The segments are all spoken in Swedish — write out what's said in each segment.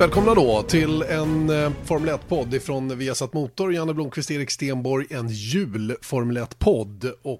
Välkomna då till en Formel 1-podd ifrån Viasat Motor. Janne Blomqvist, Erik Stenborg, en jul-Formel 1-podd. Och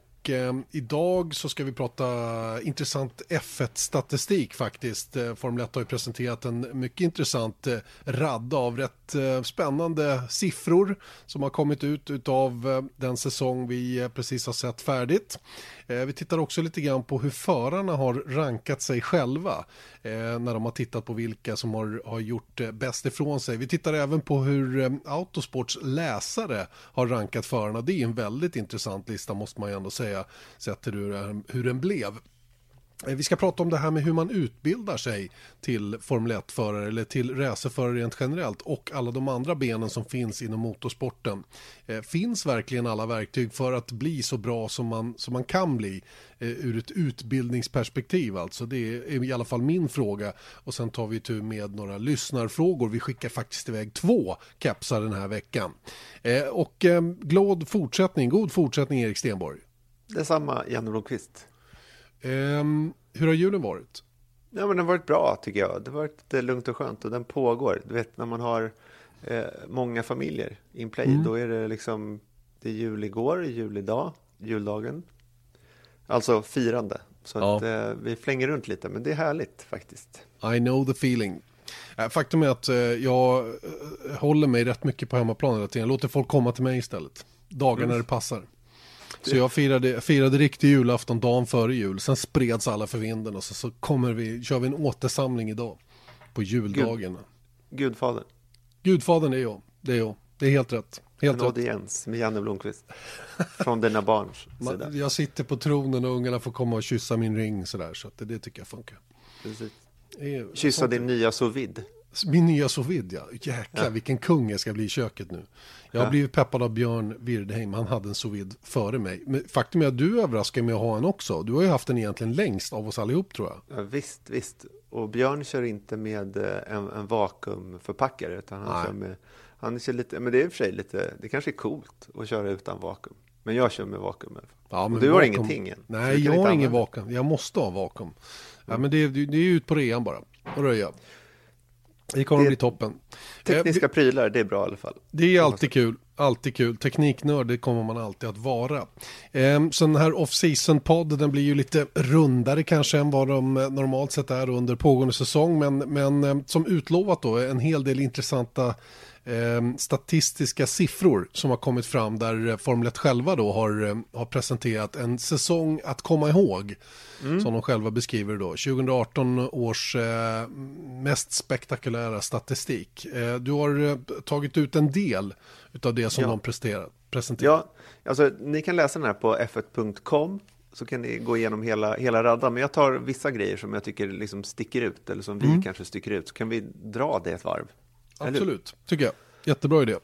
idag så ska vi prata intressant F1-statistik faktiskt. Formel 1 har ju presenterat en mycket intressant radda av rätt spännande siffror som har kommit ut av den säsong vi precis har sett färdigt. Vi tittar också lite grann på hur förarna har rankat sig själva när de har tittat på vilka som har gjort bäst ifrån sig. Vi tittar även på hur Autosports läsare har rankat förarna. Det är en väldigt intressant lista måste man ju ändå säga, sett till hur den blev. Vi ska prata om det här med hur man utbildar sig till Formel 1-förare eller till racerförare rent generellt och alla de andra benen som finns inom motorsporten. Finns verkligen alla verktyg för att bli så bra som man kan bli ur ett utbildningsperspektiv? Alltså det är i alla fall min fråga, och sen tar vi tur med några lyssnarfrågor. Vi skickar faktiskt iväg 2 kepsar den här veckan. Och god fortsättning Erik Stenborg. Detsamma Janne Blomqvist. Hur har julen varit? Ja, men den har varit bra tycker jag. Det har varit lite lugnt och skönt och den pågår. Du vet när man har många familjer in play, då är det liksom, det är jul igår, jul idag, juldagen. Alltså firande. Så att vi flänger runt lite, men det är härligt faktiskt. I know the feeling. Faktum är att jag håller mig rätt mycket på hemmaplan. Jag låter folk komma till mig istället. Dagar när det passar. Så jag firade riktig julafton dagen före jul. Sen spreds alla för vinden och så kör vi en återsamling idag på juldagen. Gudfadern är jag. Det är jag. Det är helt rätt. Helt en audiens med Janne Blomqvist från dina barns sida. Jag sitter på tronen och ungarna får komma och kyssa min ring sådär, så att det tycker jag funkar. Precis. Kyssa din nya sous vide. Min nya sous vide, ja. Jäklar, vilken kung jag ska bli i köket nu. Jag har blivit peppad av Björn Wirdheim. Han hade en sous vide före mig. Men faktum är att du överraskar mig att ha en också. Du har ju haft den egentligen längst av oss allihop, tror jag. Ja, visst. Och Björn kör inte med en vakuumförpackare, utan han kör lite, men det är i och för sig lite, det kanske är coolt att köra utan vakuum. Men jag kör med vakuum. Ja, men du har ingenting än. Nej, jag har ingen vakuum. Jag måste ha vakuum. Ja, men det är ut på rean bara. Och röja. Det kommer bli toppen. Tekniska prylar, det är bra i alla fall. Det är alltid kul. Tekniknörd, det kommer man alltid att vara. Så den här off-season-podd, den blir ju lite rundare kanske än vad de normalt sett är under pågående säsong. Men som utlovat då, en hel del intressanta statistiska siffror som har kommit fram där Formel 1 själva då har presenterat en säsong att komma ihåg, som de själva beskriver då. 2018 års mest spektakulära statistik. Du har tagit ut en del utav det som de presenterat. Ja, alltså ni kan läsa den här på f1.com, så kan ni gå igenom hela raddan. Men jag tar vissa grejer som jag tycker liksom sticker ut, eller som vi kanske sticker ut, så kan vi dra det ett varv. Absolut, tycker jag. Jättebra idé.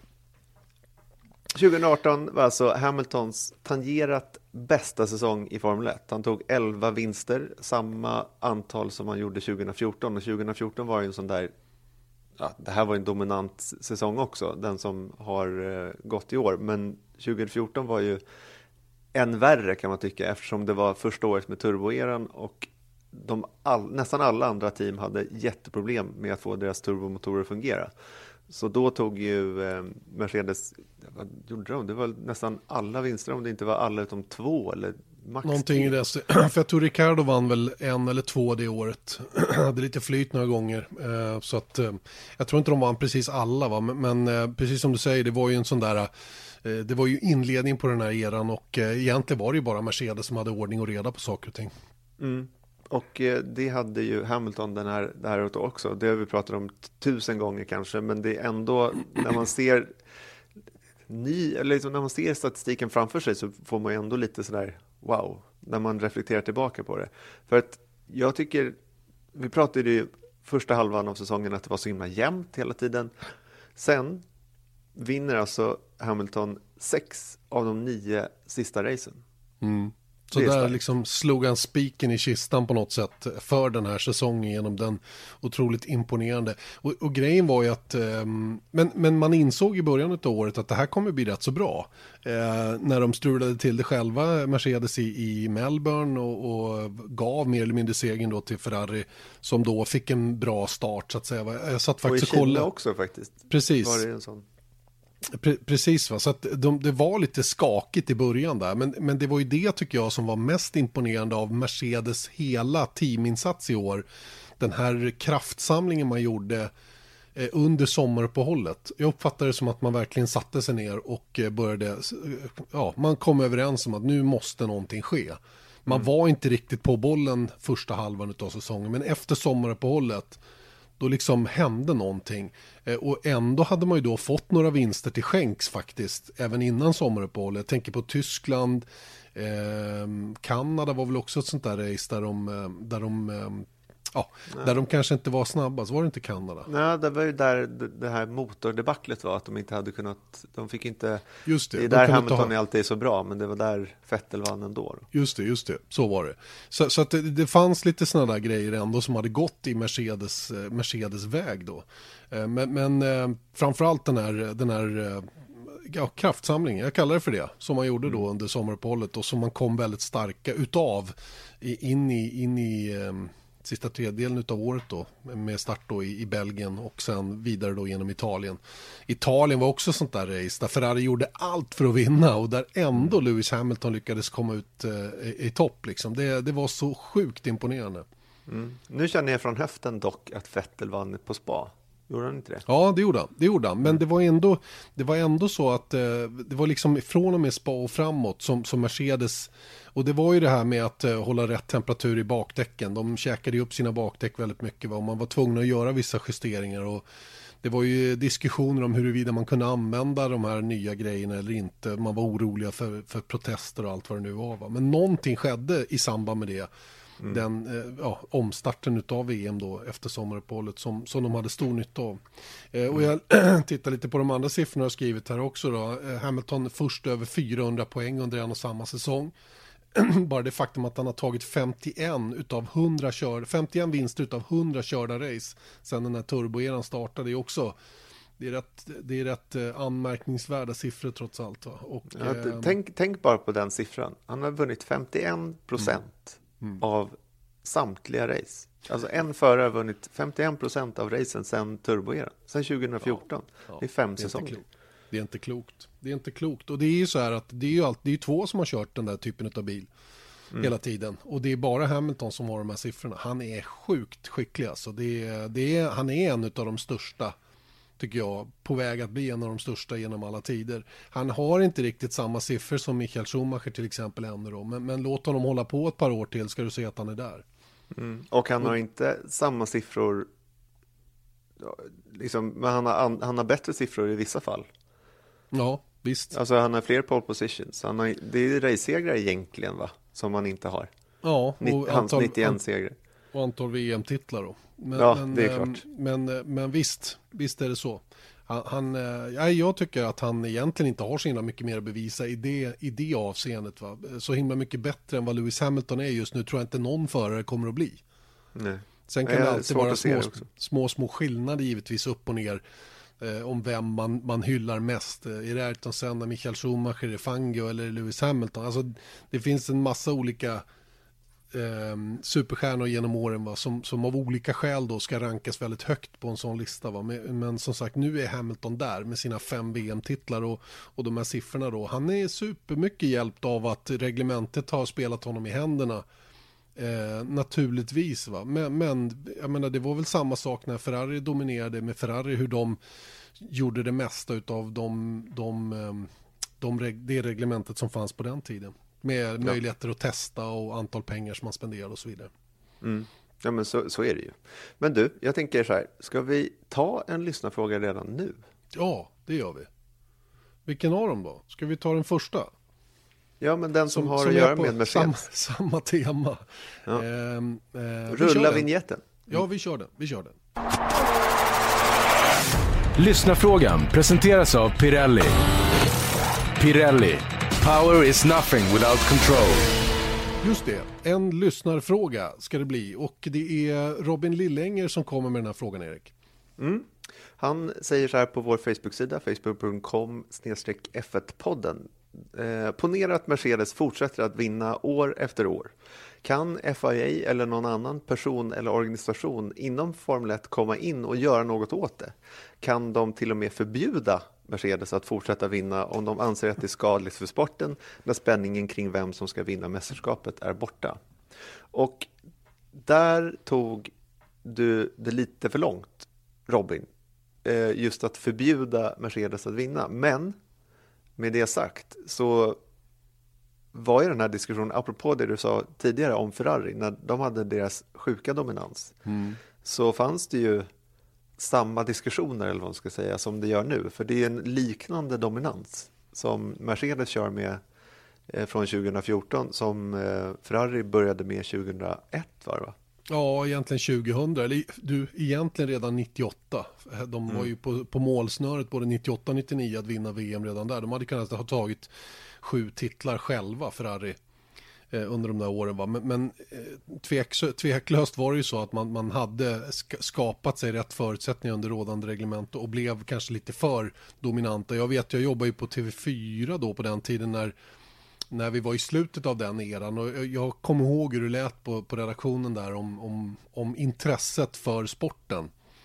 2018 var alltså Hamiltons tangerat bästa säsong i Formel 1. Han tog 11 vinster, samma antal som han gjorde 2014. Och 2014 var ju en sån där, det här var en dominant säsong också, den som har gått i år. Men 2014 var ju än värre kan man tycka, eftersom det var första året med turboeran och nästan alla andra team hade jätteproblem med att få deras turbomotorer att fungera. Så då tog ju Mercedes, vad gjorde de? Det var nästan alla vinster, om det inte var alla utom 2 eller max. Någonting i det. För jag tror Ricardo vann väl 1 eller 2 det året. Hade lite flyt några gånger. Så att jag tror inte de vann precis alla, va? Men precis som du säger, det var ju en sån där, det var ju inledning på den här eran, och egentligen var det ju bara Mercedes som hade ordning och reda på saker och ting. Och det hade ju Hamilton det här året också. Det har vi pratat om 1000 gånger kanske, men det är ändå, när man ser när man ser statistiken framför sig, så får man ju ändå lite sådär wow, när man reflekterar tillbaka på det. För att jag tycker, vi pratade ju första halvan av säsongen att det var så himla jämnt hela tiden. Sen vinner alltså Hamilton 6 av de 9 sista racen. Så där liksom slog han spiken i kistan på något sätt för den här säsongen genom den otroligt imponerande. Och grejen var ju att, men man insåg i början av året att det här kommer bli rätt så bra. När de strulade till det själva, Mercedes i Melbourne och gav mer eller mindre segern då till Ferrari som då fick en bra start så att säga. Jag satt faktiskt och i Kina också faktiskt. Precis. Var det en sån? Precis, va? Så att det var lite skakigt i början där, men det var ju det tycker jag som var mest imponerande av Mercedes hela teaminsats i år. Den här kraftsamlingen man gjorde under sommaruppehållet. Jag uppfattade det som att man verkligen satte sig ner och började, man kom överens om att nu måste någonting ske. Man var inte riktigt på bollen första halvan av säsongen, men efter sommaruppehållet då liksom hände någonting. Och ändå hade man ju då fått några vinster till skänks faktiskt, även innan sommaruppehållet. Jag tänker på Tyskland, Kanada var väl också ett sånt där race där de kanske inte var snabbast. Var det inte Kanada? Nej, det var ju där det här motordebaclet var, att de inte hade kunnat, de fick inte, just det är där Hamilton är alltid så bra, men det var där Vettel vann ändå. Just det, så var det. Så att det fanns lite sådana där grejer ändå som hade gått i Mercedes väg då. Men framförallt den här kraftsamlingen, jag kallar det för det, som man gjorde då under sommaruppehållet och som man kom väldigt starka utav in i sista tredjedelen av året då, med start då i Belgien och sen vidare då genom Italien. Italien var också sånt där race där Ferrari gjorde allt för att vinna och där ändå Lewis Hamilton lyckades komma ut i topp liksom. Det var så sjukt imponerande. Nu känner jag från höften dock att Vettel vann på Spa. Gjorde han inte det? Ja, det gjorde han. Men det var ändå så att det var liksom från och med Spa och framåt som Mercedes, och det var ju det här med att hålla rätt temperatur i bakdäcken. De käkade ju upp sina bakdäck väldigt mycket och man var tvungen att göra vissa justeringar och det var ju diskussioner om huruvida man kunde använda de här nya grejerna eller inte. Man var oroliga för protester och allt vad det nu var. Va? Men någonting skedde i samband med det. Den omstarten av VM då efter sommaruppehållet som de hade stor nytta av. Och jag tittar lite på de andra siffrorna jag har skrivit här också då. Hamilton först över 400 poäng under en och samma säsong. Bara det faktum att han har tagit 51 vinster utav 100 körda race sen den här turboeran startade är också. Det är rätt anmärkningsvärda siffror trots allt. Va? Och, tänk bara på den siffran. Han har vunnit 51% av samtliga race. Alltså en förare har vunnit 51% av racen sen turboeran. Sen 2014. Det är 5 säsonger. Det är inte klokt. Och det är ju så här att det är två som har kört den där typen av bil hela tiden. Och det är bara Hamilton som har de här siffrorna. Han är sjukt skicklig. Alltså. Han är en av de största, tycker jag, på väg att bli en av de största genom alla tider. Han har inte riktigt samma siffror som Michael Schumacher till exempel ännu då. Men låt honom hålla på ett par år till ska du se att han är där. Och han har inte samma siffror liksom, men han har bättre siffror i vissa fall. Ja, visst. Alltså han har fler pole positions. Det är race-segrar egentligen va? Som han inte har. Ja. Hans 91 segrar. Och antal VM-titlar då. Det är klart. Men visst är det så. Jag tycker att han egentligen inte har så himla mycket mer att bevisa i det avseendet. Va? Så himla mycket bättre än vad Lewis Hamilton är just nu tror jag inte någon förare kommer att bli. Nej. Sen kan det alltid vara små skillnader givetvis upp och ner om vem man hyllar mest. Är det Ayrton Senna, Michael Schumacher, är det Fangio eller Lewis Hamilton? Alltså, det finns en massa olika superstjärnor genom åren va, som av olika skäl då ska rankas väldigt högt på en sån lista va. Men som sagt, nu är Hamilton där med sina 5 VM-titlar och de här siffrorna då. Han är supermycket hjälpt av att reglementet har spelat honom i händerna naturligtvis va. Men jag menar det var väl samma sak när Ferrari dominerade med Ferrari, hur de gjorde det mesta utav det reglementet som fanns på den tiden. Med möjligheter att testa och antal pengar som man spenderade och så vidare. Ja men så är det ju. Men du, jag tänker så här, ska vi ta en lyssnarfråga redan nu? Ja, det gör vi. Vilken av dem då? Ska vi ta den första? Ja, men den som har att göra med Mercedes. Samma tema. Ja. Rulla vignetten. Ja, vi kör den. Lyssnarfrågan presenteras av Pirelli. Pirelli. Power is nothing without control. Just det, en lyssnarfråga ska det bli och det är Robin Lillänger som kommer med den här frågan, Erik. Han säger så här på vår Facebook-sida, facebook.com/F1-podden. Ponera att Mercedes fortsätter att vinna år efter år. Kan FIA eller någon annan person eller organisation inom Formel 1 komma in och göra något åt det? Kan de till och med förbjuda Mercedes att fortsätta vinna om de anser att det är skadligt för sporten när spänningen kring vem som ska vinna mästerskapet är borta? Och där tog du det lite för långt, Robin, just att förbjuda Mercedes att vinna. Men med det sagt så var ju den här diskussionen, apropå det du sa tidigare om Ferrari, när de hade deras sjuka dominans, så fanns det ju samma diskussioner, eller vad man ska säga, som det gör nu. För det är en liknande dominans som Mercedes kör med från 2014 som Ferrari började med 2001, var det, va? Ja, egentligen 2000, eller egentligen redan 98. De var ju på målsnöret både 98 och 99 att vinna VM redan där. De hade kunnat ha tagit 7 titlar själva, Ferrari, under de där åren. Va? Men tveklöst var det ju så att man hade skapat sig rätt förutsättningar under rådande reglement och blev kanske lite för dominanta. Jag jobbade ju på TV4 då på den tiden när vi var i slutet av den eran, och jag kommer ihåg hur det lät på redaktionen där om intresset för sporten.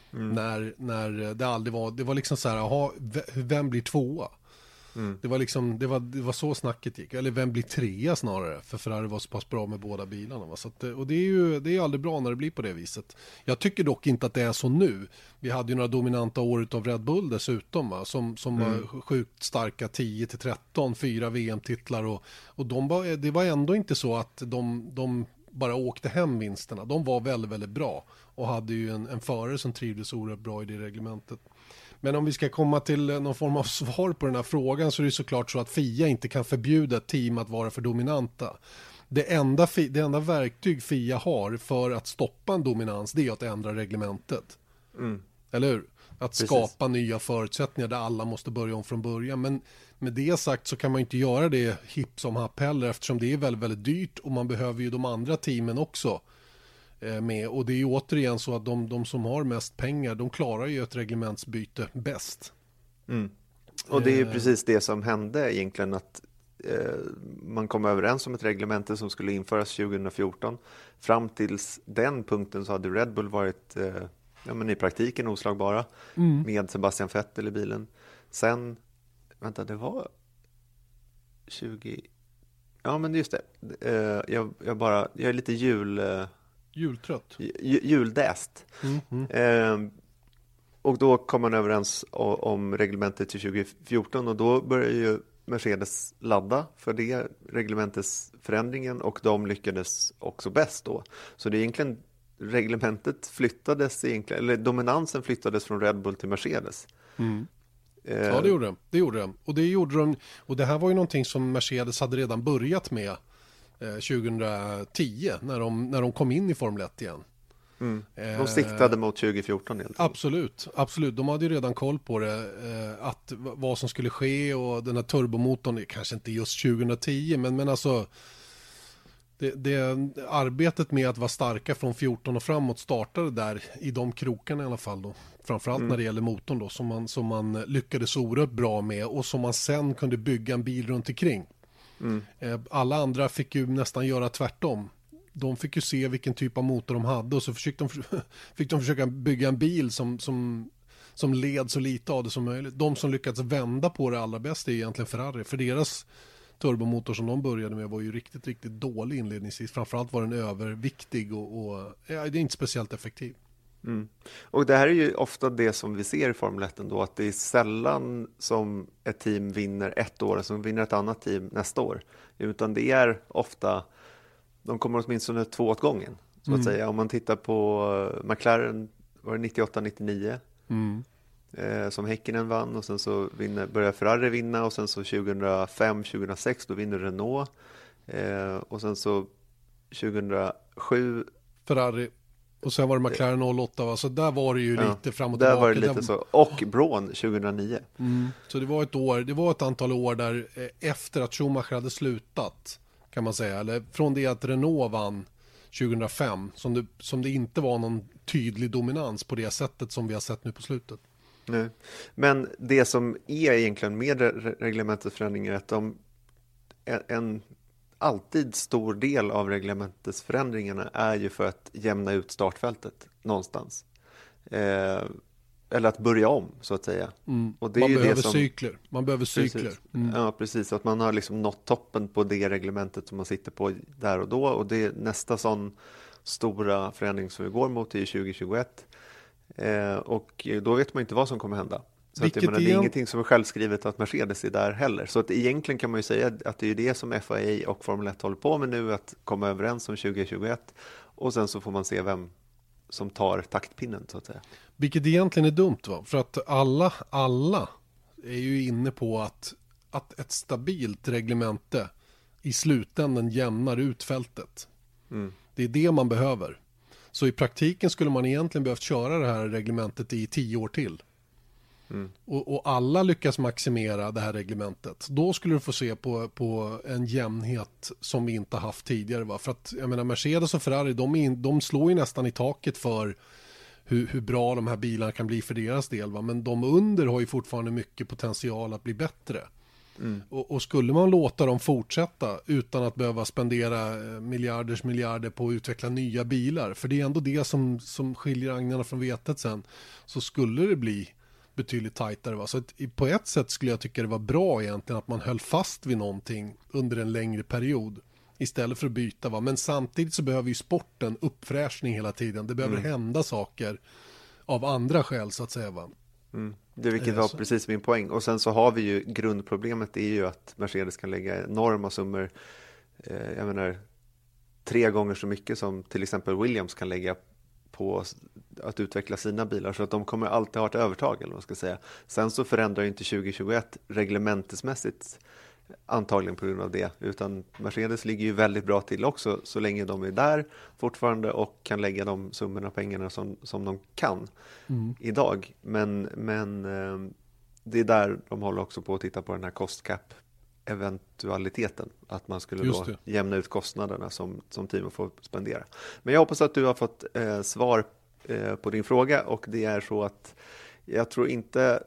När det aldrig var, det var liksom så här, vem blir tvåa? Det var liksom, det var så snacket gick, eller vem blir trea snarare, för Ferrari var så pass bra med båda bilarna, va? Så att, och det är ju aldrig bra när det blir på det viset. Jag tycker dock inte att det är så nu. Vi hade ju några dominanta år utav Red Bull dessutom, va? Som var sjukt starka, 10-13, 4 VM-titlar och det var ändå inte så att de bara åkte hem vinsterna. De var väldigt, väldigt bra och hade ju en förare som trivdes oerhört bra i det reglementet. Men om vi ska komma till någon form av svar på den här frågan, så är det såklart så att FIA inte kan förbjuda ett team att vara för dominanta. Det enda verktyg FIA har för att stoppa en dominans, det är att ändra reglementet. Eller hur? Att skapa nya förutsättningar där alla måste börja om från början. Men med det sagt så kan man inte göra det hipp som happ heller, eftersom det är väldigt, väldigt dyrt och man behöver ju de andra teamen också med. Och det är ju återigen så att de som har mest pengar, de klarar ju ett reglementsbyte bäst. Och det är ju precis det som hände egentligen, att man kom överens om ett reglemente som skulle införas 2014. Fram tills den punkten så hade Red Bull varit i praktiken oslagbara med Sebastian Vettel i bilen. Sen, det var 20... Ja, men just det. Jag är lite jultrött. Juldäst. Och då kom man överens om reglementet till 2014, och då började ju Mercedes ladda för det reglementets förändringen, och de lyckades också bäst då. Så det är egentligen reglementet flyttades eller dominansen flyttades från Red Bull till Mercedes. Ja, det gjorde de. Och det här var ju någonting som Mercedes hade redan börjat med 2010 när de kom in i Formel 1 igen. De siktade mot 2014 helt. Absolut. De hade ju redan koll på det, att vad som skulle ske, och den här turbomotorn, kanske inte just 2010, men alltså det arbetet med att vara starka från 14 och framåt startade där i de krokarna i alla fall då. Framförallt när det gäller motorn då, som man lyckades oerhört bra med, och som man sen kunde bygga en bil runt omkring. Alla andra fick ju nästan göra tvärtom. De fick ju se vilken typ av motor de hade, och så fick de försöka bygga en bil som led så lite av det som möjligt. De som lyckats vända på det allra bäst är egentligen Ferrari, för deras turbomotor som de började med var ju riktigt, riktigt dålig inledningsvis. Framförallt var den överviktig och det är inte speciellt effektiv. Och det här är ju ofta det som vi ser i Formel 1 då, att det är sällan som ett team vinner ett år som vinner ett annat team nästa år, utan det är ofta, de kommer åtminstone 2 åt gången, så att säga. Om man tittar på McLaren, var det 98-99 som Häkkinen vann, och sen så börjar Ferrari vinna, och sen så 2005-2006 då vinner Renault, och sen så 2007 Ferrari. Och sen var det McLaren 08, va? Så där var det ju lite fram och där tillbaka. Var det lite så. Och Braun 2009. Så det var ett antal år där efter att Schumacher hade slutat, kan man säga. Eller från det att Renault vann 2005 som det inte var någon tydlig dominans på det sättet som vi har sett nu på slutet. Nej. Men det som är egentligen med reglementets förändringar är att en alltid stor del av reglementets förändringarna är ju för att jämna ut startfältet någonstans. Eller att börja om, så att säga. Och det man, är ju behöver det som, cykler. Man behöver cykler. Ja, precis. Att man har liksom nått toppen på det reglementet som man sitter på där och då. Och det är nästa sån stora förändring som vi går mot i 2021. Och då vet man inte vad som kommer hända. Så att, det är ingenting som är självskrivet att Mercedes är där heller. Så att egentligen kan man ju säga att det är det som FIA och Formel 1 håller på med nu, att komma överens om 2021. Och sen så får man se vem som tar taktpinnen, så att säga. Vilket egentligen är dumt, va? För att alla är ju inne på att ett stabilt reglemente i slutändan jämnar ut fältet. Det är det man behöver. Så i praktiken skulle man egentligen behövt köra det här reglementet i 10 år till. Och alla lyckas maximera det här reglementet. Då skulle du få se på en jämnhet som vi inte haft tidigare. Va? För att jag menar, Mercedes och Ferrari, de slår ju nästan i taket för hur bra de här bilarna kan bli för deras del. Va? Men de under har ju fortfarande mycket potential att bli bättre. Och skulle man låta dem fortsätta utan att behöva spendera miljarder på att utveckla nya bilar, för det är ändå det som skiljer agnarna från vetet sen, så skulle det bli betydligt tajtare. Va? Så på ett sätt skulle jag tycka det var bra egentligen att man höll fast vid någonting under en längre period istället för att byta. Va? Men samtidigt så behöver ju sporten uppfräschning hela tiden. Det behöver hända saker av andra skäl, så att säga. Va? Det vilket var precis min poäng. Och sen så har vi ju grundproblemet, är ju att Mercedes kan lägga enorma summor, jag menar 3 gånger så mycket som till exempel Williams kan lägga på att utveckla sina bilar, så att de kommer alltid ha ett övertag, eller vad man ska säga. Sen så förändrar ju inte 2021 reglementesmässigt antagligen på grund av det, utan Mercedes ligger ju väldigt bra till också så länge de är där fortfarande och kan lägga de summorna pengarna som de kan idag. Men det är där de håller också på att titta på den här cost cap eventualiteten, att man skulle då jämna ut kostnaderna som teamet får spendera. Men jag hoppas att du har fått svar på din fråga, och det är så att jag tror inte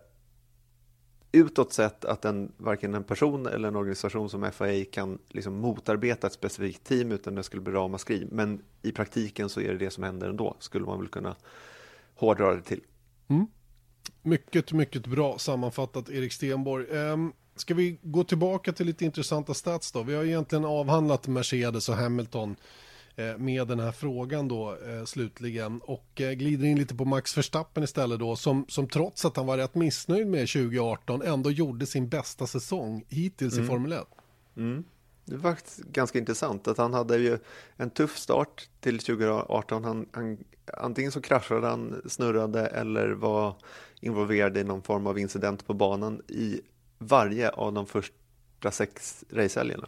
utåt sett att varken en person eller en organisation som FIA kan liksom motarbeta ett specifikt team, utan det skulle bli ramaskri. Men i praktiken så är det som händer ändå, skulle man väl kunna hårdra det till. Mycket, mycket bra sammanfattat, Erik Stenborg. Ska vi gå tillbaka till lite intressanta stats då? Vi har egentligen avhandlat Mercedes och Hamilton med den här frågan då slutligen, och glider in lite på Max Verstappen istället då, som trots att han var rätt missnöjd med 2018 ändå gjorde sin bästa säsong hittills i Formel 1. Det var faktiskt ganska intressant att han hade ju en tuff start till 2018. Han antingen så kraschade han, snurrade eller var involverad i någon form av incident på banan i varje av de första 6 racehelgerna.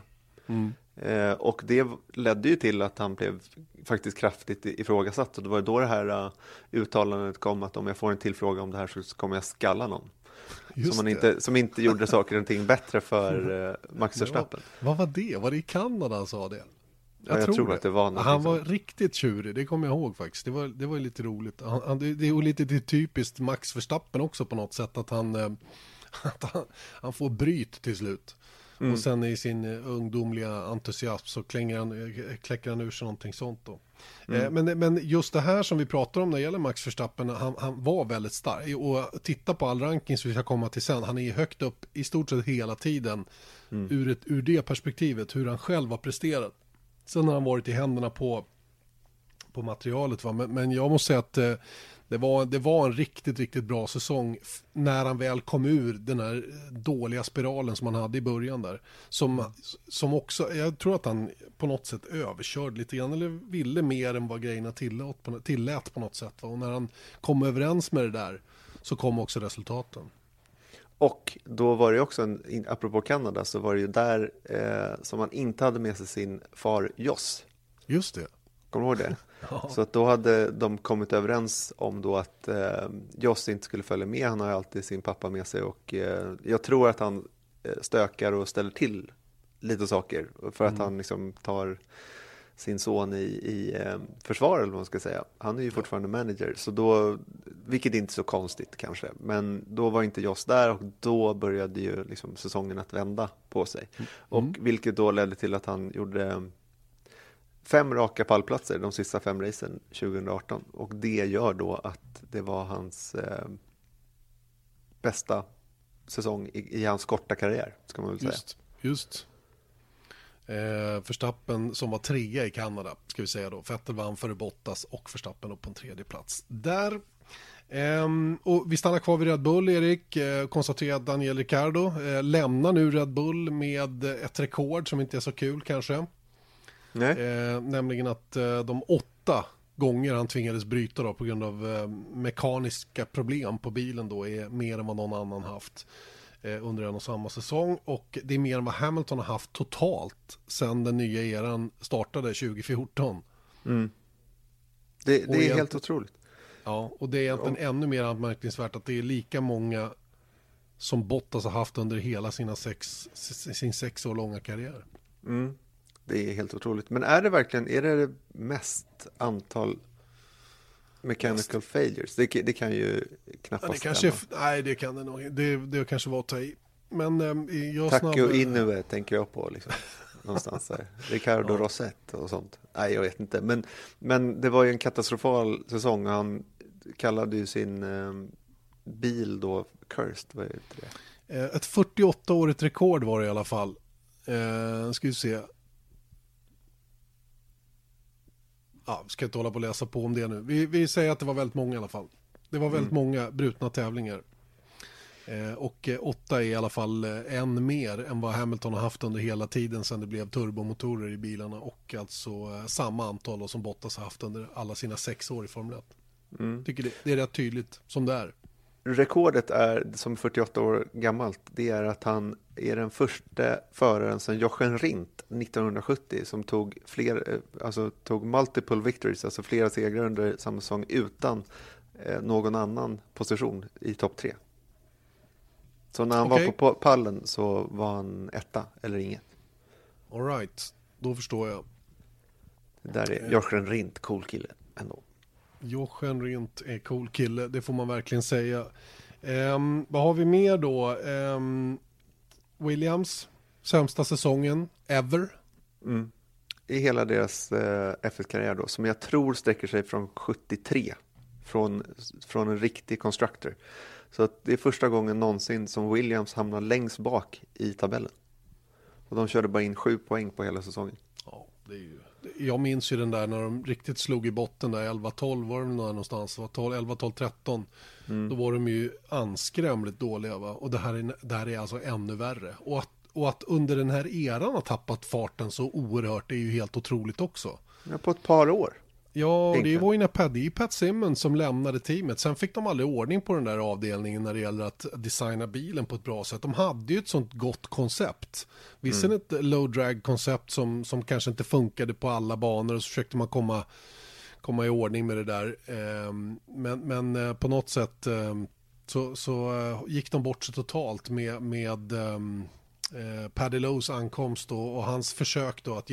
Och det ledde ju till att han blev faktiskt kraftigt ifrågasatt, och det var då det här uttalandet kom att om jag får en till fråga om det här så kommer jag skalla någon. Som inte gjorde saker och ting bättre för Max Verstappen. Vad var det? Var det i Kanada han sa det? Jag tror att det var något. Han var riktigt tjurig, det kommer jag ihåg faktiskt. Det var lite roligt. Det är lite typiskt Max Verstappen också på något sätt, att han får bryt till slut. Och sen i sin ungdomliga entusiasm så kläcker han ur sig någonting sånt då. Men just det här som vi pratar om när det gäller Max Verstappen, han var väldigt stark. Och titta på all ranking som vi ska komma till sen. Han är högt upp i stort sett hela tiden ur det perspektivet, hur han själv har presterat. Sen har han varit i händerna på materialet. Va? Men jag måste säga att det var en riktigt, riktigt bra säsong när han väl kom ur den här dåliga spiralen som han hade i början där. Som också, jag tror att han på något sätt överkörde lite grann, eller ville mer än vad grejerna tillät på något sätt. Va? Och när han kom överens med det där så kom också resultaten. Och då var det också, apropå Kanada, så var det ju där som man inte hade med sig sin far Jos. Just det. Kommer du ihåg det? Ja. Så att då hade de kommit överens om då att Jos inte skulle följa med. Han har ju alltid sin pappa med sig, och jag tror att han stökar och ställer till lite saker för att han liksom tar sin son i försvar, eller vad man ska säga. Han är ju fortfarande manager, så då, vilket är inte så konstigt kanske, men då var inte Joss där, och då började ju liksom säsongen att vända på sig. Och vilket då ledde till att han gjorde 5 raka pallplatser de sista 5 racen 2018, och det gör då att det var hans bästa säsong i hans korta karriär, ska man väl säga. Just. Verstappen som var 3 i Kanada, ska vi säga då. Vettel vann före Bottas och Verstappen upp på en 3:e plats. Där. Och vi stannar kvar vid Red Bull, Erik. Konstaterar att Daniel Ricciardo lämnar nu Red Bull med ett rekord som inte är så kul kanske. Nej. Nämligen att de 8 gånger han tvingades bryta då, på grund av mekaniska problem på bilen då, är mer än vad någon annan haft under en och samma säsong, och det är mer än vad Hamilton har haft totalt sedan den nya eran startade 2014. Det är helt otroligt. Ja, och det är egentligen ännu mer anmärkningsvärt att det är lika många som Bottas har haft under hela sin 6 år långa karriär. Det är helt otroligt. Men är det verkligen det mest antal mechanical failures? Det kan ju knappast stämma. Nej, det kan det nog. Det kanske var att ta i. Men Takio Inoue tänker jag på liksom. Någonstans där. Ricardo Rosset och sånt. Nej, jag vet inte. Men det var ju en katastrofal säsong. Han kallade ju sin bil då cursed. Vad är det? Ett 48-årigt rekord var det i alla fall. Ska vi se. Ja, ska inte hålla på och läsa på om det nu. Vi säger att det var väldigt många i alla fall. Det var väldigt många brutna tävlingar. Och 8 är i alla fall en mer än vad Hamilton har haft under hela tiden sedan det blev turbomotorer i bilarna, och alltså samma antal som Bottas har haft under alla sina 6 år i Formel 1. Tycker det är rätt tydligt som det är. Rekordet är, som 48 år gammalt, det är att han är den första föraren sedan Jochen Rindt 1970 som tog multiple victories, alltså flera segrar under samma säsong utan någon annan position i topp 3. Så när han var på pallen så var han 1 eller inget. All right, då förstår jag. Det där är Jochen Rindt, cool kille ändå. Jochen Rindt är cool kille, det får man verkligen säga. Vad har vi mer då? Williams, sämsta säsongen ever. I hela deras F1-karriär då, som jag tror sträcker sig från 73, från en riktig constructor. Så att det är första gången någonsin som Williams hamnar längst bak i tabellen. Och de körde bara in 7 poäng på hela säsongen. Ja, det är ju... Jag minns ju den där när de riktigt slog i botten där 11-12 var de någonstans, 11-12-13. Då var de ju anskrämligt dåliga, va? Och det här är alltså ännu värre. Och att under den här eran har tappat farten så oerhört är ju helt otroligt också. Ja, på ett par år. Ja, det var ju när Pat Simmons som lämnade teamet. Sen fick de aldrig ordning på den där avdelningen när det gäller att designa bilen på ett bra sätt. De hade ju ett sånt gott koncept. Visserligen ett low drag koncept som kanske inte funkade på alla banor, och så försökte man komma i ordning med det där. Men på något sätt så gick de bort sig totalt med Paddy Lowe's ankomst och hans försök då att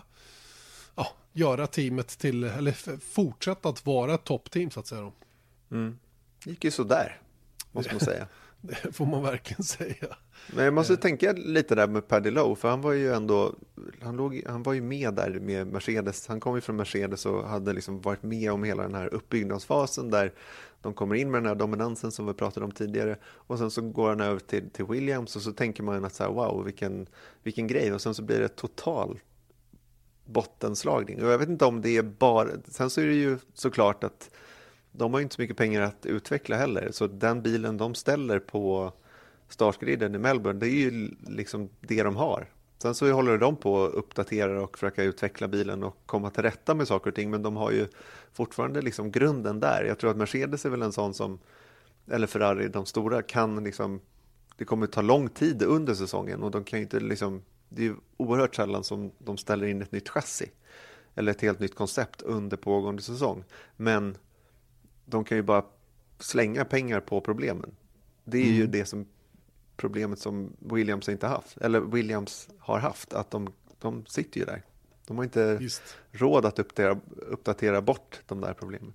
göra teamet till, eller fortsätta att vara ett toppteam så att säga då. Gick ju så där, måste man säga. Det får man verkligen säga. Men jag måste tänka lite där med Paddy Lowe, för han var ju ändå han var ju med där med Mercedes. Han kom ju från Mercedes och hade liksom varit med om hela den här uppbyggnadsfasen där de kommer in med den här dominansen som vi pratade om tidigare, och sen så går han över till Williams, och så tänker man att så här, wow, vilken grej, och sen så blir det total bottenslagning. Och jag vet inte om det är bara... Sen så är det ju såklart att de har inte så mycket pengar att utveckla heller. Så den bilen de ställer på startgriden i Melbourne, det är ju liksom det de har. Sen så håller de på att uppdatera och försöka utveckla bilen och komma till rätta med saker och ting. Men de har ju fortfarande liksom grunden där. Jag tror att Mercedes är väl en sån som, eller Ferrari, de stora kan liksom... Det kommer ta lång tid under säsongen, och de kan ju inte liksom... Det är ju oerhört sällan som de ställer in ett nytt chassi eller ett helt nytt koncept under pågående säsong. Men de kan ju bara slänga pengar på problemen. Det är ju det som problemet som Williams inte haft, eller Williams har haft, att de sitter ju där. De har inte råd att uppdatera bort de där problemen.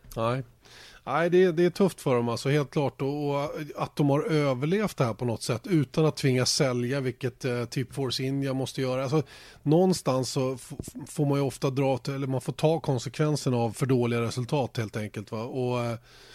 Nej, det är tufft för dem alltså, helt klart. Och att de har överlevt det här på något sätt utan att tvingas sälja, vilket typ Force India måste göra. Alltså, någonstans så får man ju ofta eller man får ta konsekvenserna av för dåliga resultat helt enkelt. Va? Och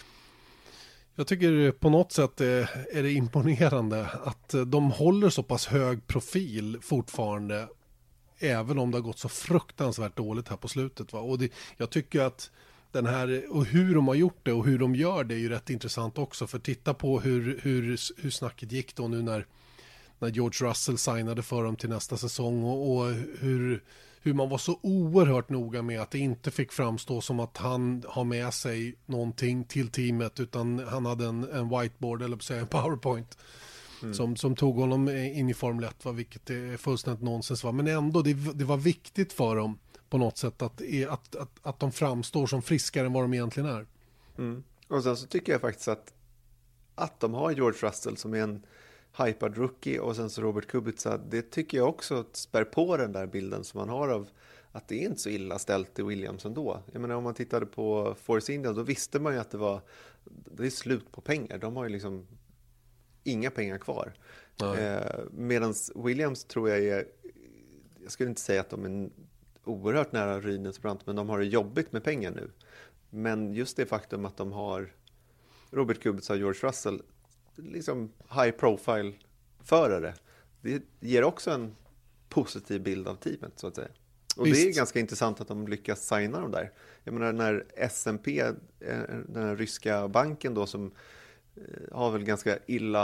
jag tycker på något sätt är det imponerande att de håller så pass hög profil fortfarande, även om det har gått så fruktansvärt dåligt här på slutet. Va? Och jag tycker att den här, och hur de har gjort det och hur de gör det är ju rätt intressant också. För titta på hur snacket gick då nu när George Russell signade för dem till nästa säsong, och hur man var så oerhört noga med att det inte fick framstå som att han har med sig någonting till teamet, utan han hade en whiteboard, eller på att säga en PowerPoint som tog honom in i Formel 1, va? Vilket är fullständigt nonsens. Va? Men ändå, det var viktigt för dem på något sätt att de framstår som friskare än vad de egentligen är. Och sen så tycker jag faktiskt att de har George Russell som är en hypad rookie, och sen så Robert Kubica, det tycker jag också spär på den där bilden som man har av att det är inte så illa ställt i Williams ändå. Jag menar, om man tittade på Force India, då visste man ju att det är slut på pengar. De har ju liksom inga pengar kvar. Medan Williams tror jag skulle inte säga att de är oerhört nära ruinens brant, men de har det jobbigt med pengar nu. Men just det faktum att de har Robert Kubica och George Russell, liksom high profile förare, det ger också en positiv bild av teamet, så att säga. Och det är ganska intressant att de lyckas signa dem där. Jag menar, när S&P, den här ryska banken då, som har väl ganska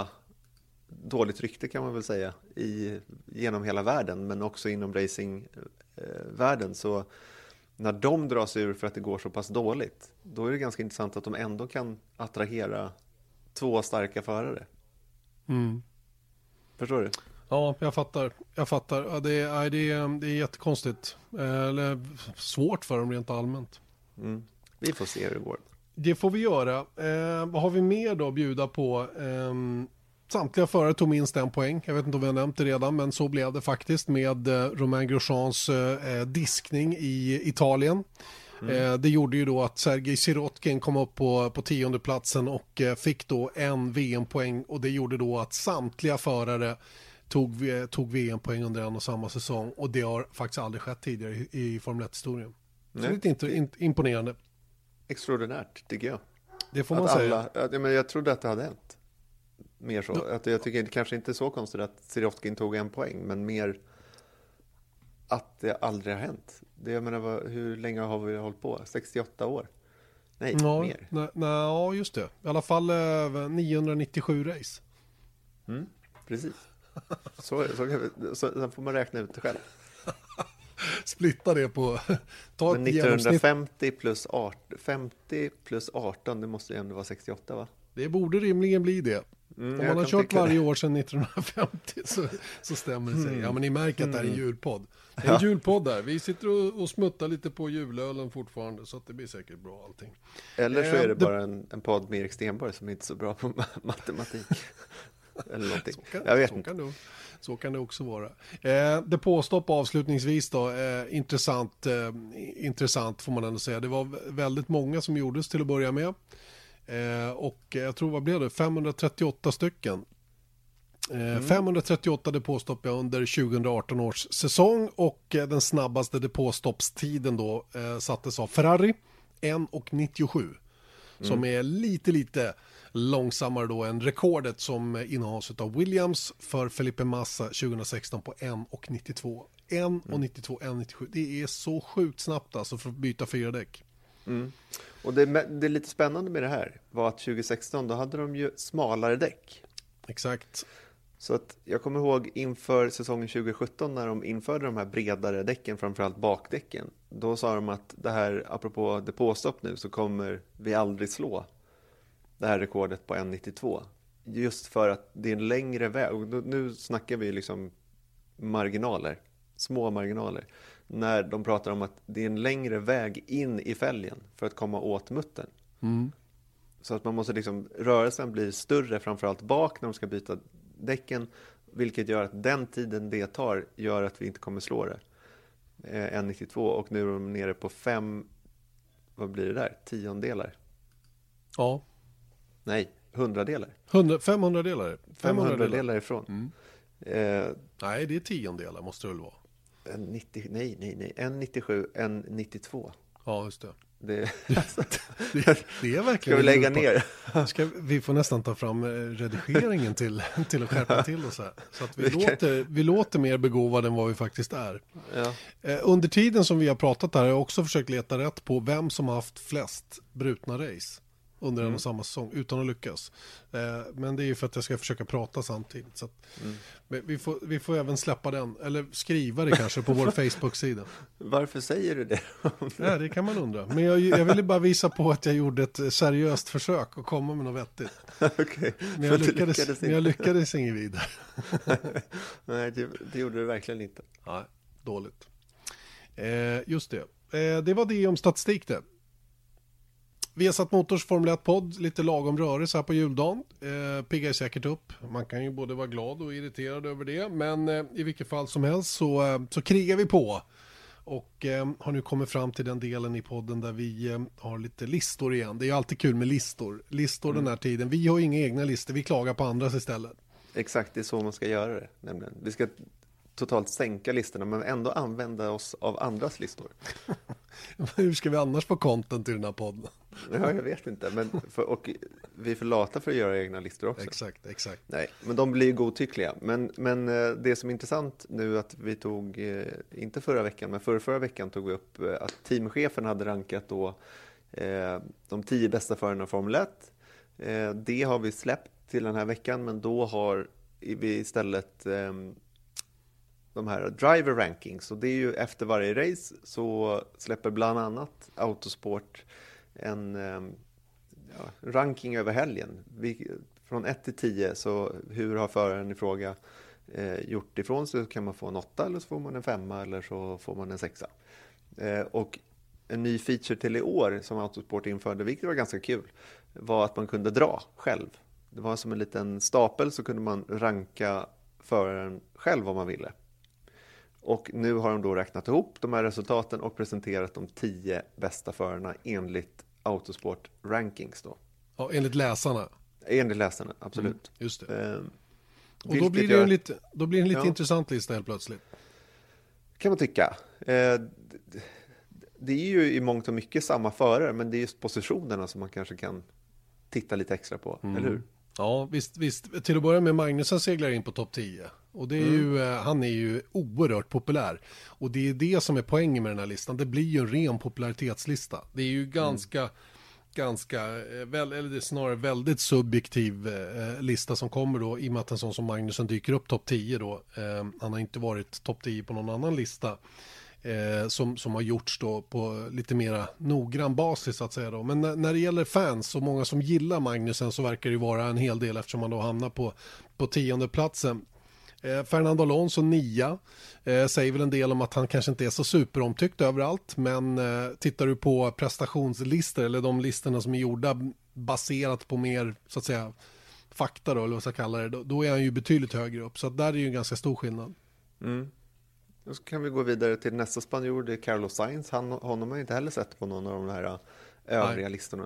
dåligt rykte kan man väl säga genom hela världen, men också inom racingvärlden, så när de drar sig ur för att det går så pass dåligt, då är det ganska intressant att de ändå kan attrahera 2 starka förare. Förstår du? Ja, jag fattar. Ja, det är jättekonstigt. Eller svårt för dem rent allmänt. Vi får se hur det går. Det får vi göra. Vad har vi mer då att bjuda på? Samtliga förare tog minst 1 poäng. Jag vet inte om vi har nämnt det redan, men så blev det faktiskt med Romain Grosjeans diskning i Italien. Det gjorde ju då att Sergej Sirotkin kom upp på 10:e platsen och fick då 1 VM-poäng, och det gjorde då att samtliga förare tog VM-poäng under en och samma säsong, och det har faktiskt aldrig skett tidigare i Formel 1-historien. Så det är lite imponerande. Extraordinärt, tycker jag. Det får man säga. Jag trodde att det hade hänt. Mer så. Att jag tycker det kanske inte är så konstigt att Sirotkin tog 1 poäng, men mer att det aldrig har hänt. Jag menar, hur länge har vi hållit på? 68 år? Nej, mer. Ja, just det. I alla fall 997 race. Precis. Så sen får man räkna ut det själv. Splitta det på... Men 1950 plus 18, 50 plus 18, det måste ju ändå vara 68, va? Det borde rimligen bli det. Om man har kört varje år sedan 1950 så stämmer det sig. Ja, men ni märker att det här är en julpodd. Det är en julpodd där. Vi sitter och smuttar lite på julölen fortfarande, så att det blir säkert bra allting. Eller så är det bara en podd med Erik Stenborg som är inte så bra på matematik. Eller någonting. Jag vet inte. Så kan det också vara. Det påstopp avslutningsvis då, intressant får man ändå säga. Det var väldigt många som gjordes till att börja med. Och jag tror, vad blev det? 538 stycken. 538 depåstopp under 2018 års säsong, och den snabbaste depåstoppstiden då sattes av Ferrari, 1:97. Som är lite långsammare då än rekordet som innehas av Williams för Felipe Massa 2016 på 1:92. 1:92, 1:97. Det är så sjukt snabbt alltså för att byta 4 däck. Och det är lite spännande med det här var att 2016 då hade de ju smalare däck. Exakt. Så att jag kommer ihåg inför säsongen 2017 när de införde de här bredare däcken, framförallt bakdäcken. Då sa de att det här, apropå depåstopp nu, så kommer vi aldrig slå det här rekordet på 1:92. Just för att det är en längre väg. Och nu snackar vi liksom marginaler, små marginaler. När de pratar om att det är en längre väg in i fälgen för att komma åt muttern. Så att man måste liksom, rörelsen blir större framförallt bak när de ska byta däcken, vilket gör att den tiden det tar gör att vi inte kommer slå det. 1,92 och nu är de nere på 5, vad blir det där? 10-delar? Ja. Nej, 100-delar. 500-delar. 500-delar ifrån. Nej, det är 10-delar måste det väl vara. 90, nej. 1,97, 1,92. Ja, just det. Det är verkligen... Ska vi lägga ner? Vi får nästan ta fram redigeringen till att skärpa till oss här. Så att vi låter mer begåvade än vad vi faktiskt är. Ja. Under tiden som vi har pratat här har jag också försökt leta rätt på vem som har haft flest brutna race under en och samma säsong utan att lyckas. Men det är ju för att jag ska försöka prata samtidigt. Så att vi får även släppa den, eller skriva det kanske på vår Facebook-sida. Varför säger du det? Ja, det kan man undra. Men jag ville bara visa på att jag gjorde ett seriöst försök att komma med något vettigt. Okay. Men jag lyckades inget vidare. Nej, det gjorde du verkligen inte. Nej, dåligt. Just det. Det var det om statistik det. Viasat Motors Formel 1-podd, lite lagom rörelse här på juldagen. Piggar säkert upp. Man kan ju både vara glad och irriterad över det. Men i vilket fall som helst så krigar vi på. Och har nu kommit fram till den delen i podden där vi har lite listor igen. Det är ju alltid kul med listor. Listor den här tiden. Vi har inga egna listor, vi klagar på andras istället. Exakt, det är så man ska göra det. Nämligen. Vi ska totalt sänka listorna men ändå använda oss av andras listor. Hur ska vi annars få content i den här podden? Ja, jag vet inte. Men och vi är för lata för att göra egna listor också. Exakt. Nej, men de blir ju godtyckliga. Men det som är intressant nu att vi tog, inte förra veckan, men förra veckan tog vi upp att teamchefen hade rankat då de 10 bästa förarna i Formel 1. Det har vi släppt till den här veckan, men då har vi istället de här driver rankings, och det är ju efter varje race så släpper bland annat Autosport en ranking över helgen. Från 1 till 10, så hur har föraren i fråga gjort ifrån sig, så kan man få en 8 eller så får man en 5 eller så får man en 6. Och en ny feature till i år som Autosport införde, vilket var ganska kul, var att man kunde dra själv. Det var som en liten stapel, så kunde man ranka föraren själv om man ville. Och nu har de då räknat ihop de här resultaten och presenterat de 10 bästa förarna enligt Autosport Rankings då. Ja, enligt läsarna. Enligt läsarna, absolut. Just det. Och då blir det en lite intressant lista helt plötsligt. Kan man tycka. Det är ju i mångt och mycket samma förare, men det är just positionerna som man kanske kan titta lite extra på, eller hur? Ja, visst. Till att börja med, Magnussen seglar in på topp 10. Och det är ju, han är ju oerhört populär. Och det är det som är poängen med den här listan. Det blir ju en ren popularitetslista. Det är ju ganska eller det är snarare väldigt subjektiv lista som kommer då, i och med att en sån som Magnussen dyker upp topp 10 då. Han har inte varit topp 10 på någon annan lista. Som har gjorts då på lite mera noggrann basis så att säga då. Men när det gäller fans och många som gillar Magnussen, så verkar det vara en hel del, eftersom man då hamnar på 10:e platsen. Fernando Alonso 9 säger väl en del om att han kanske inte är så superomtyckt överallt, men tittar du på prestationslistor eller de listorna som är gjorda baserat på mer så att säga fakta då, eller vad jag ska kalla det, då är han ju betydligt högre upp, så att där är ju en ganska stor skillnad. Då kan vi gå vidare till nästa spanjor, det är Carlos Sainz. Honom har jag inte heller sett på någon av de här övriga listorna.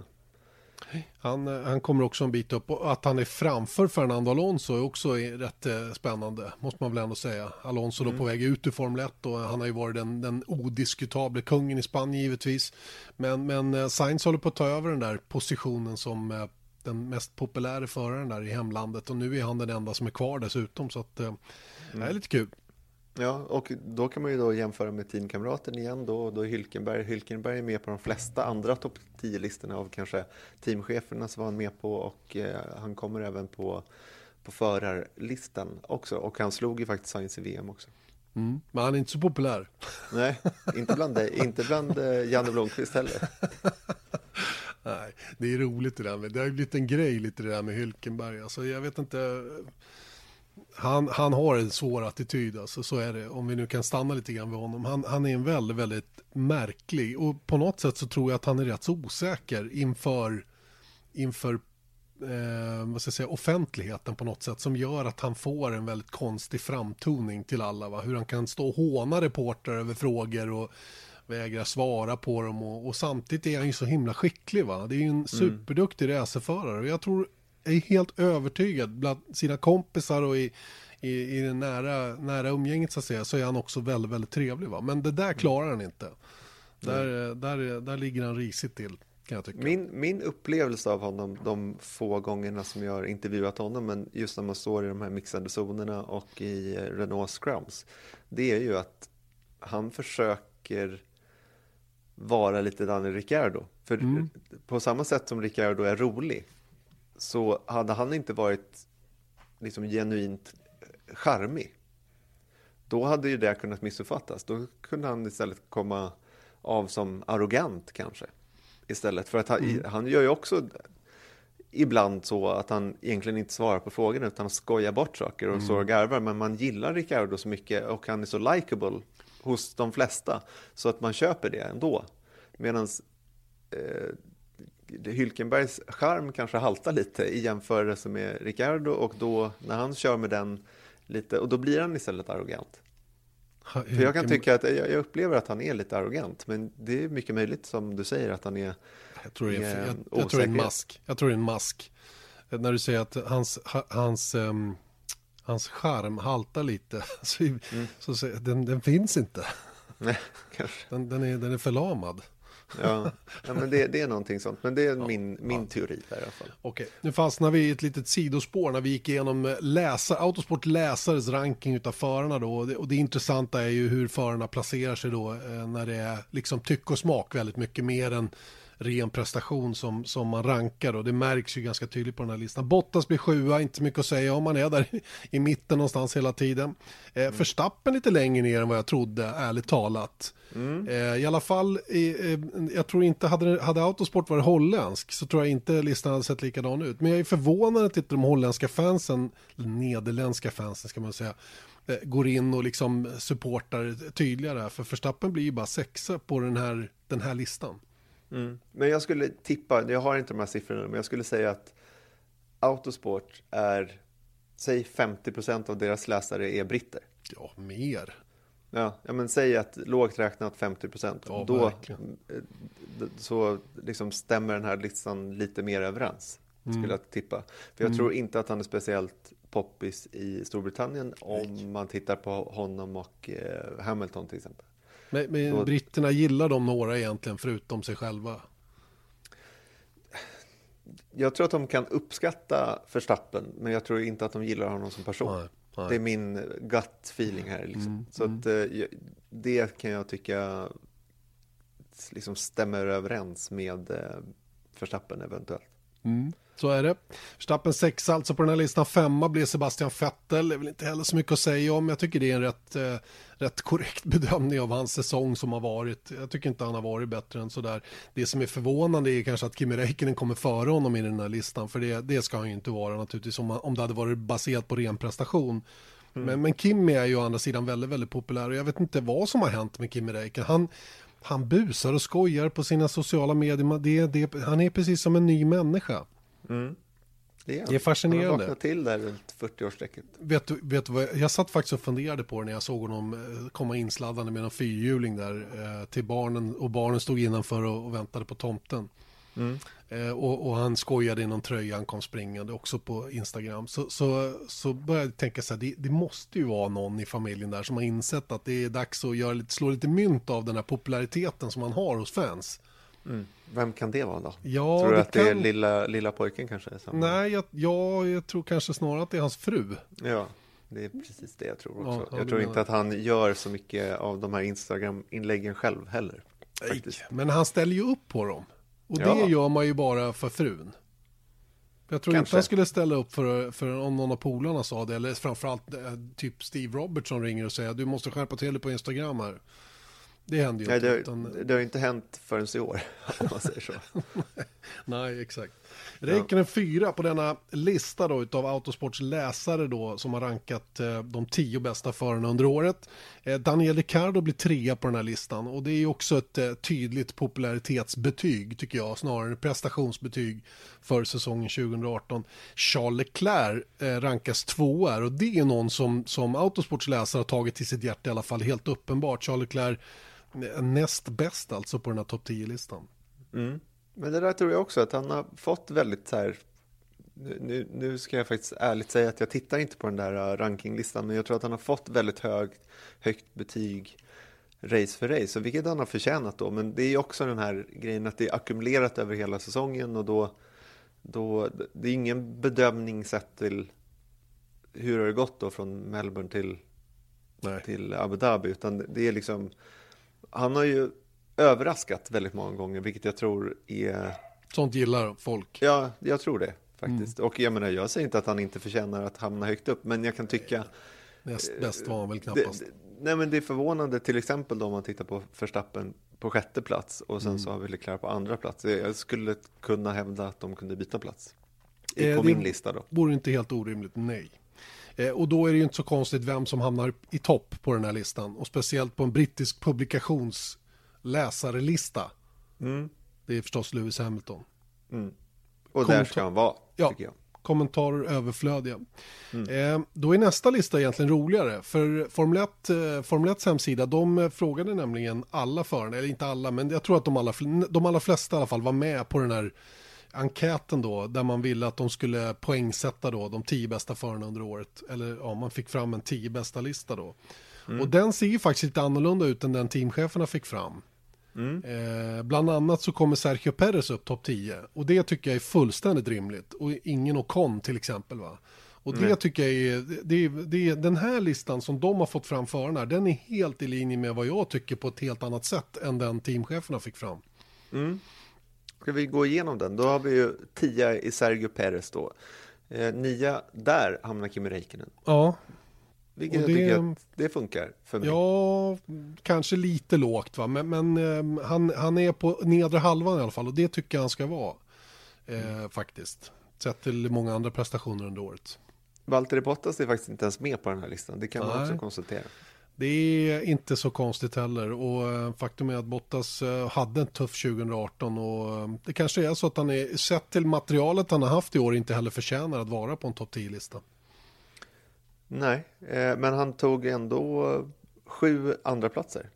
Han kommer också en bit upp, och att han är framför Fernando Alonso är också rätt spännande, måste man väl ändå säga. Alonso då på väg ut ur Formel 1, och han har ju varit den odiskutabla kungen i Spanien givetvis. Men Sainz håller på att ta över den där positionen som den mest populära föraren där i hemlandet, och nu är han den enda som är kvar dessutom, så att det är lite kul. Ja, och då kan man ju då jämföra med teamkamraten igen då är Hülkenberg är med på de flesta andra topp 10-listorna av kanske teamcheferna, som var han med på, och han kommer även på förarlistan också, och han slog ju faktiskt Sainz i VM också. Men han är inte så populär. Nej, inte bland Janne Blomqvist heller. Nej, det är roligt det där med, det har blivit en grej lite det där med Hülkenberg. Alltså jag vet inte, han har en svår attityd, alltså, så är det, om vi nu kan stanna lite grann vid honom. Han är en väldigt, väldigt märklig, och på något sätt så tror jag att han är rätt så osäker inför vad ska jag säga, offentligheten på något sätt som gör att han får en väldigt konstig framtoning till alla. Va? Hur han kan stå och håna reportrar över frågor och vägra svara på dem och samtidigt är han ju så himla skicklig. Va? Det är ju en superduktig racerförare och jag är helt övertygad bland sina kompisar och i den nära umgänget så att säga, så är han också väldigt, väldigt trevlig. Va? Men det där klarar han inte. Där ligger han risigt till, kan jag tycka. Min upplevelse av honom de få gångerna som jag har intervjuat honom, men just när man står i de här mixade zonerna och i Renault Scrums, det är ju att han försöker vara lite Daniel Ricciardo. För på samma sätt som Ricciardo är rolig, så hade han inte varit liksom genuint charmig, då hade ju det kunnat missuppfattas. Då kunde han istället komma av som arrogant kanske. Istället för att han gör ju också ibland så att han egentligen inte svarar på frågorna utan skojar bort saker och så garvar. Men man gillar Ricciardo så mycket och han är så likable hos de flesta så att man köper det ändå. Medan Hülkenbergs charm kanske haltar lite i jämförelse med Ricciardo, och då när han kör med den lite, och då blir han istället arrogant. För jag kan tycka att jag upplever att han är lite arrogant, men det är mycket möjligt som du säger att han är. Jag tror det är en mask. Jag tror det är en mask. När du säger att hans charm haltar lite så den finns inte. Nej, kanske. Den är förlamad. Ja, men det är någonting sånt. Men det är min teori där i alla fall. Okej, nu fastnar vi i ett litet sidospår när vi gick igenom Autosport läsares ranking utav förarna då. Och det intressanta är ju hur förarna placerar sig då när det är liksom tyck och smak väldigt mycket mer än ren prestation som man rankar, och det märks ju ganska tydligt på den här listan. Bottas blir 7, inte mycket att säga om, man är där i mitten någonstans hela tiden. Verstappen lite längre ner än vad jag trodde, ärligt talat. I alla fall, jag tror inte, hade Autosport varit holländsk så tror jag inte listan hade sett likadan ut. Men jag är förvånad att inte de holländska fansen, nederländska fansen ska man säga, går in och liksom supportar tydligare, för Verstappen blir ju bara 6 på den här listan. Men jag skulle tippa, jag har inte de här siffrorna, men jag skulle säga att Autosport är, säg 50% av deras läsare är britter. Ja, mer. Ja, men säg att lågt räknat 50%. Ja, då verkligen. Så liksom stämmer den här listan lite mer överens, skulle jag tippa. För jag tror inte att han är speciellt poppis i Storbritannien om man tittar på honom och Hamilton till exempel. Men britterna gillar de några egentligen förutom sig själva? Jag tror att de kan uppskatta Verstappen, men jag tror inte att de gillar honom som person. Nej. Det är min gut feeling här. Liksom. Så att, det kan jag tycka liksom stämmer överens med Verstappen eventuellt. Så är det. Verstappen 6 alltså på den här listan. 5 blir Sebastian Vettel. Det är väl inte heller så mycket att säga om. Jag tycker det är en rätt korrekt bedömning av hans säsong som har varit. Jag tycker inte han har varit bättre än sådär. Det som är förvånande är kanske att Kimi Räikkönen kommer före honom i den här listan. För det ska han ju inte vara naturligtvis om det hade varit baserat på ren prestation. Men Kimi är ju å andra sidan väldigt, väldigt populär. Och jag vet inte vad som har hänt med Kimi Räikkönen. Han busar och skojar på sina sociala medier. Han är precis som en ny människa. Det är fascinerande. Han har vaknat till där runt 40-årsstrecket. Vet du vad, jag satt faktiskt och funderade på det när jag såg honom komma insladdande med en fyrhjuling där till barnen, och barnen stod innanför och väntade på tomten. Och han skojade i någon tröja, han kom springande också på Instagram. Så började jag tänka så här, det måste ju vara någon i familjen där som har insett att det är dags att slå lite mynt av den här populariteten som man har hos fans. Vem kan det vara då? Ja, tror du att det är lilla pojken kanske? Nej, jag tror kanske snarare att det är hans fru. Ja, det är precis det jag tror också. Ja, jag tror inte att han gör så mycket av de här Instagram-inläggen själv heller. Faktiskt. Men han ställer ju upp på dem. Och det gör man ju bara för frun. Jag tror inte han skulle ställa upp för om någon av polarna sa det. Eller framförallt typ Steve Robertson ringer och säger du måste skärpa till dig på Instagram här. Det händer ju Nej, inte. det har inte hänt förrän i år, om man säger så. Nej, exakt. Räkningen 4 på denna lista då utav Autosports läsare då som har rankat de 10 bästa förarna under året. Daniel Ricciardo blir 3 på den här listan och det är ju också ett tydligt popularitetsbetyg tycker jag, snarare än prestationsbetyg för säsongen 2018. Charles Leclerc rankas 2 och det är någon som Autosports läsare har tagit till sitt hjärta i alla fall, helt uppenbart. Charles Leclerc näst bäst alltså på den här topp 10-listan. Mm. Men det där tror jag också att han har fått väldigt så här, nu ska jag faktiskt ärligt säga att jag tittar inte på den där rankinglistan, men jag tror att han har fått väldigt högt betyg race för race, vilket han har förtjänat då, men det är också den här grejen att det är ackumulerat över hela säsongen och då det är ingen bedömning sett till hur har det gått då från Melbourne till Abu Dhabi, utan det är liksom, han har ju överraskat väldigt många gånger, vilket jag tror är... Sånt gillar folk. Ja, jag tror det faktiskt. Och jag menar, jag säger inte att han inte förtjänar att hamna högt upp, men jag kan tycka... Näst bäst var han väl knappast. Nej, men det är förvånande, till exempel då om man tittar på Verstappen på 6:e plats och sen så har vi Leclerc på 2:a plats. Jag skulle kunna hävda att de kunde byta plats på min lista då. Det vore inte helt orimligt, nej. Och då är det ju inte så konstigt vem som hamnar i topp på den här listan. Och speciellt på en brittisk publikationsläsarlista. Det är förstås Lewis Hamilton. Och där ska han vara, tycker jag. Kommentarer överflödiga. Då är nästa lista egentligen roligare. För Formel 1 hemsida, de frågade nämligen alla förarna, eller inte alla, men jag tror att de allra flesta i alla fall var med på den här enkäten då, där man ville att de skulle poängsätta då de 10 bästa förarna under året. Eller ja, man fick fram en 10 bästa lista då. Och den ser ju faktiskt lite annorlunda ut än den teamcheferna fick fram. Bland annat så kommer Sergio Perez upp topp 10 och det tycker jag är fullständigt rimligt, och ingen Ocon till exempel, va? Och det tycker jag är den här listan som de har fått fram förarna, den är helt i linje med vad jag tycker på ett helt annat sätt än den teamcheferna fick fram. Ska vi gå igenom den? Då har vi ju 10 i Sergio Perez då. 9 där hamnar Kimi Räikkönen. Ja. Vilket jag tycker att det funkar för mig. Ja, kanske lite lågt, va? Men han är på nedre halvan i alla fall, och det tycker jag han ska vara faktiskt. Sett till många andra prestationer under året. Valtteri Bottas är faktiskt inte ens med på den här listan. Det kan man också konstatera. Det är inte så konstigt heller, och faktum är att Bottas hade en tuff 2018 och det kanske är så att han är, sett till materialet han har haft i år, inte heller förtjänar att vara på en topp 10-lista. Nej, men han tog ändå 7 andra platser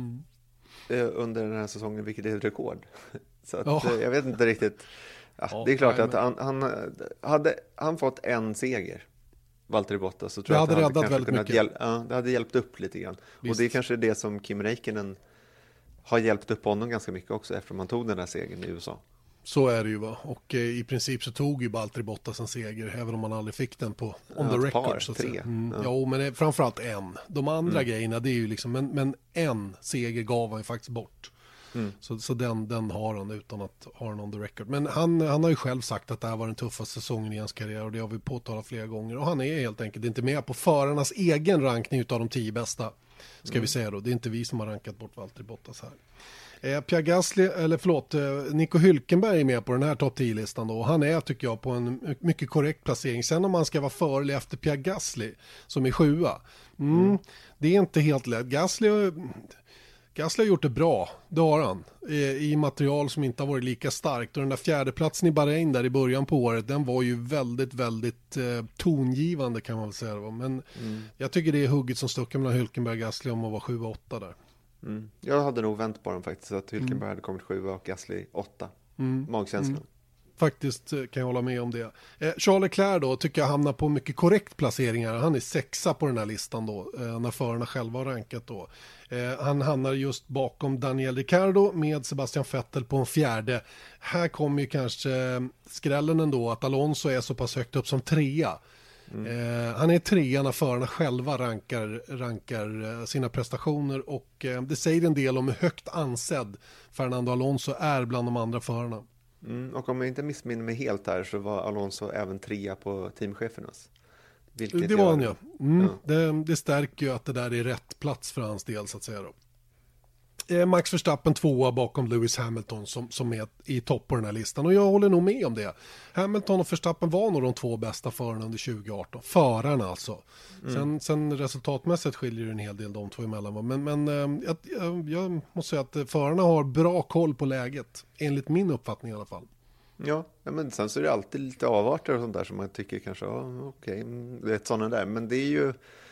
under den här säsongen, vilket är ett rekord. Så att, jag vet inte riktigt. Det är klart att han fått en seger, Valtteri Bottas, så tror jag att hade han räddat väldigt mycket. Det hade hjälpt upp lite grann. Visst. Och det är kanske det som Kimi Räikkönen har hjälpt upp honom ganska mycket också, eftersom han tog den här segern i USA. Så är det ju, va. Och i princip så tog ju Valtteri Bottas en seger, även om man aldrig fick den på on the record. Så att 3. Ja, men framförallt en. De andra grejerna, det är ju liksom, men en seger gav han ju faktiskt bort. Så den har han utan att ha den on the record. Men han har ju själv sagt att det här var den tuffaste säsongen i hans karriär, och det har vi påtalat flera gånger. Och han är helt enkelt inte med på förarnas egen rankning utav de 10 bästa, ska vi säga då. Det är inte vi som har rankat bort Valtteri Bottas här. Pierre Gasly, Nico Hülkenberg är med på den här topp 10-listan då. Han är, tycker jag, på en mycket korrekt placering. Sen om man ska vara före eller efter Pierre Gasly, som är 7:a. Det är inte helt lätt. Gasly har gjort det bra, det har han, i material som inte har varit lika starkt. Och den där 4:e platsen i Bahrain där i början på året, den var ju väldigt, väldigt tongivande, kan man väl säga. Men jag tycker det är hugget som stuckar mellan Hülkenberg och Gasly om att vara 7-8 där. Jag hade nog vänt på den faktiskt, att Hülkenberg hade kommit 7 och Gasly 8. Magkänslan. Faktiskt kan jag hålla med om det. Charles Leclerc då tycker jag hamnar på mycket korrekt placeringar. Han är 6:a på den här listan då, när förarna själva har rankat då. Han hamnar just bakom Daniel Ricciardo med Sebastian Vettel på en 4:e. Här kommer ju kanske skrällen ändå, att Alonso är så pass högt upp som 3:a. Han är 3:a när förarna själva rankar sina prestationer, och det säger en del om hur högt ansedd Fernando Alonso är bland de andra förarna. Och om jag inte missminner mig helt här, så var Alonso även 3:a på teamchefernas. Det var han, ja. Det stärker ju att det där är rätt plats för hans del, så att säga då. Max Verstappen 2 bakom Lewis Hamilton som är i topp på den här listan. Och jag håller nog med om det. Hamilton och Verstappen var nog de 2 bästa förarna under 2018. Förarna alltså. Sen resultatmässigt skiljer det en hel del de 2 emellan. Men jag måste säga att förarna har bra koll på läget. Enligt min uppfattning i alla fall. Ja, men sen så är det alltid lite avarter och sånt där som man tycker kanske, okej, det är sådana där. Men det är ju,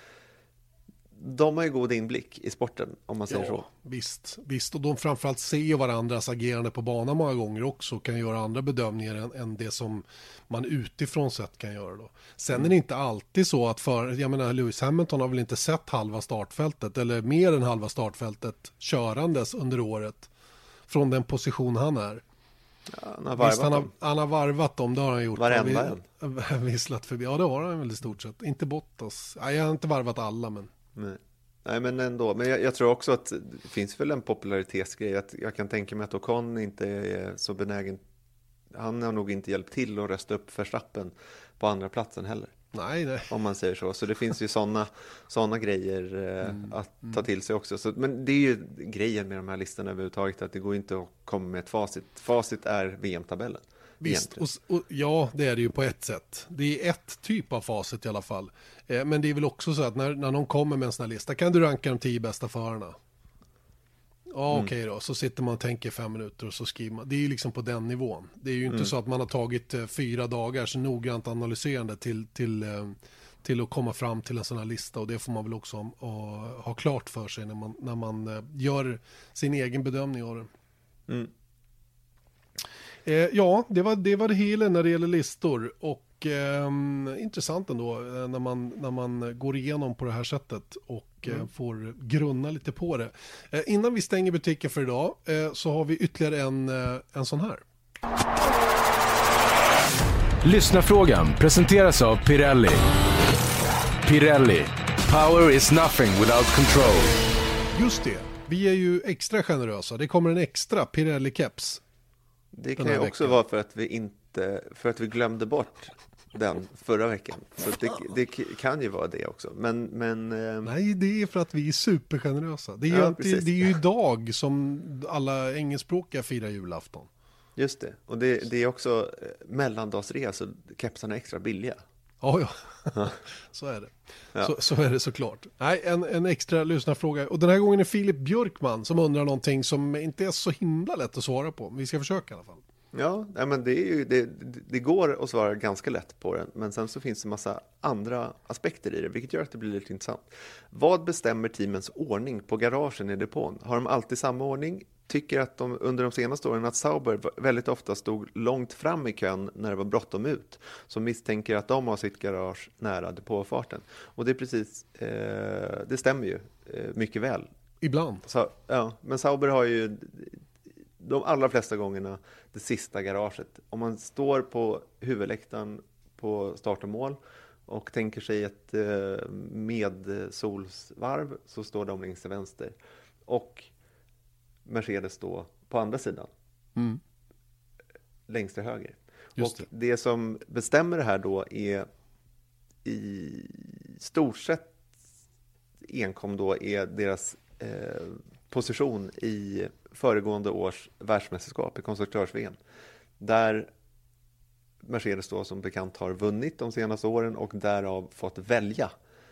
de har ju god inblick i sporten, om man säger så. Visst. Och de framförallt ser ju varandras agerande på banan många gånger också. Kan göra andra bedömningar än det som man utifrån sett kan göra då. Sen är det inte alltid så att jag menar, Lewis Hamilton har väl inte sett halva startfältet eller mer än halva startfältet körandes under året från den position han är. Ja, han har varvat dem, det har han gjort. Varenda en. Visslat förbi. Ja, det har han väl i stort sett. Inte Bottas. Nej, jag har inte varvat alla, men... Nej, men ändå. Men jag tror också att det finns väl en popularitetsgrej. Att jag kan tänka mig att Ocon inte är så benägen. Han har nog inte hjälpt till att rösta upp Verstappen på andra platsen heller. Nej. Om man säger så. Så det finns ju såna grejer att ta till sig också. Så, men det är ju grejen med de här listorna överhuvudtaget, att det går inte att komma med ett facit. Facit är VM-tabellen. Visst, och ja, det är det ju på ett sätt. Det är ett typ av facit i alla fall. Men det är väl också så att när någon kommer med en sån här lista, kan du ranka de 10 bästa förarna? Ja, okej då. Så sitter man och tänker 5 minuter och så skriver man. Det är ju liksom på den nivån. Det är ju inte så att man har tagit 4 dagar så noggrant analyserande till att komma fram till en sån här lista. Och det får man väl också ha klart för sig när man gör sin egen bedömning av det. Ja, det var det hela när det gäller listor. Och intressant ändå när man går igenom på det här sättet och får grunna lite på det. Innan vi stänger butiken för idag så har vi ytterligare en sån här. Lyssnarfrågan presenteras av Pirelli. Pirelli. Power is nothing without control. Just det. Vi är ju extra generösa. Det kommer en extra Pirelli-keps. Det kan ju också vara för att vi glömde bort den förra veckan. Så det kan ju vara det också. Men nej, det är för att vi är supergenerösa. Det är ju idag som alla engelskspråkiga firar julafton. Just det. Och det är också mellandagsrea, så kepsarna är extra billiga. Ja. Så är det. Ja. Så är det såklart. Nej, en extra lyssnarfråga. Och den här gången är Filip Björkman som undrar någonting som inte är så himla lätt att svara på. Vi ska försöka i alla fall. Ja, men det går att svara ganska lätt på den. Men sen så finns det en massa andra aspekter i det, vilket gör att det blir lite intressant. Vad bestämmer teamens ordning på garagen i depån? Har de alltid samma ordning? Tycker att de under de senaste åren att Sauber väldigt ofta stod långt fram i kön när det var bråttom ut. Som misstänker att de har sitt garage nära depåfarten. Och det är precis, det stämmer ju mycket väl. Ibland. Så, ja, men Sauber har ju de allra flesta gångerna det sista garaget. Om man står på huvudläktaren på start och mål och tänker sig ett medsolsvarv, så står de längst till vänster. Och Mercedes då på andra sidan. Längst till höger. Just och det som bestämmer det här då är i stort sett enkom då är deras position i föregående års världsmästerskap i konstruktörs-VM. Där Mercedes då som bekant har vunnit de senaste åren och därav fått välja